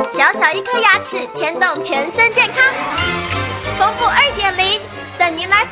小小一颗牙齿牵动全身健康，丰富2.0等您来发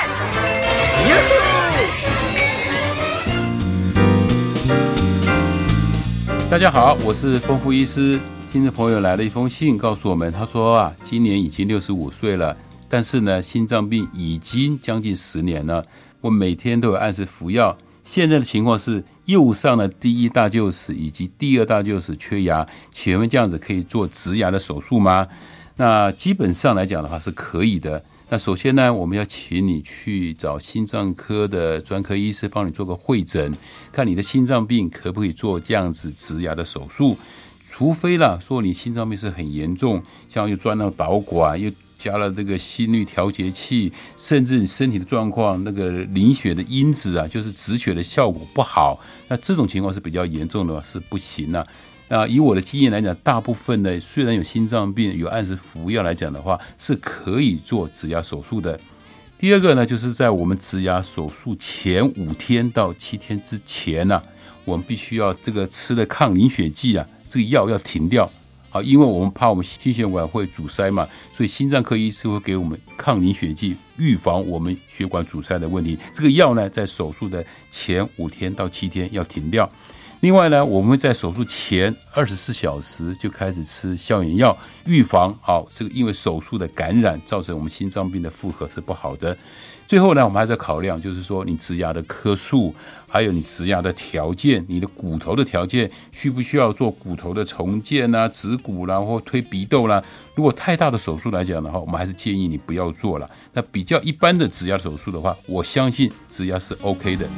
问。大家好，我是丰富医师。听众朋友来了一封信告诉我们，他说今年已经65岁了，但是呢心脏病已经将近10年了，我每天都有按时服药，现在的情况是右上的第一大臼齿以及第二大臼齿缺牙，请问这样子可以做植牙的手术吗？那基本上来讲的话是可以的。那首先呢，我们要请你去找心脏科的专科医师帮你做个会诊，看你的心脏病可不可以做这样子植牙的手术。除非啦说你心脏病是很严重，像又钻到导管，又加了这个心率调节器，甚至你身体的状况，那个凝血的因子就是止血的效果不好，那这种情况是比较严重的，是不行的。以我的经验来讲，大部分呢虽然有心脏病有按时服药来讲的话，是可以做植牙手术的。第二个呢，就是在我们植牙手术前5天到7天之前我们必须要这个吃的抗凝血剂这个药要停掉。因为我们怕我们心血管会阻塞嘛，所以心脏科医师会给我们抗凝血剂，预防我们血管阻塞的问题。这个药呢，在手术的前5天到7天要停掉。另外呢，我们会在手术前24小时就开始吃消炎药，预防这个因为手术的感染造成我们心脏病的负荷是不好的。最后呢，我们还在考量，就是说你植牙的颗数，还有你植牙的条件，你的骨头的条件，需不需要做骨头的重建植骨或推鼻窦啦？如果太大的手术来讲的话，我们还是建议你不要做了。那比较一般的植牙手术的话，我相信植牙是 OK 的。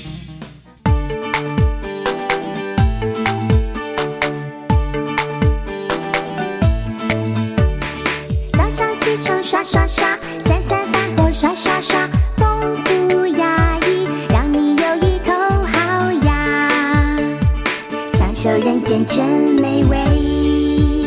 早上起床刷刷刷，三餐饭后刷刷刷，丰富牙医让你有一口好牙，享受人间真美味。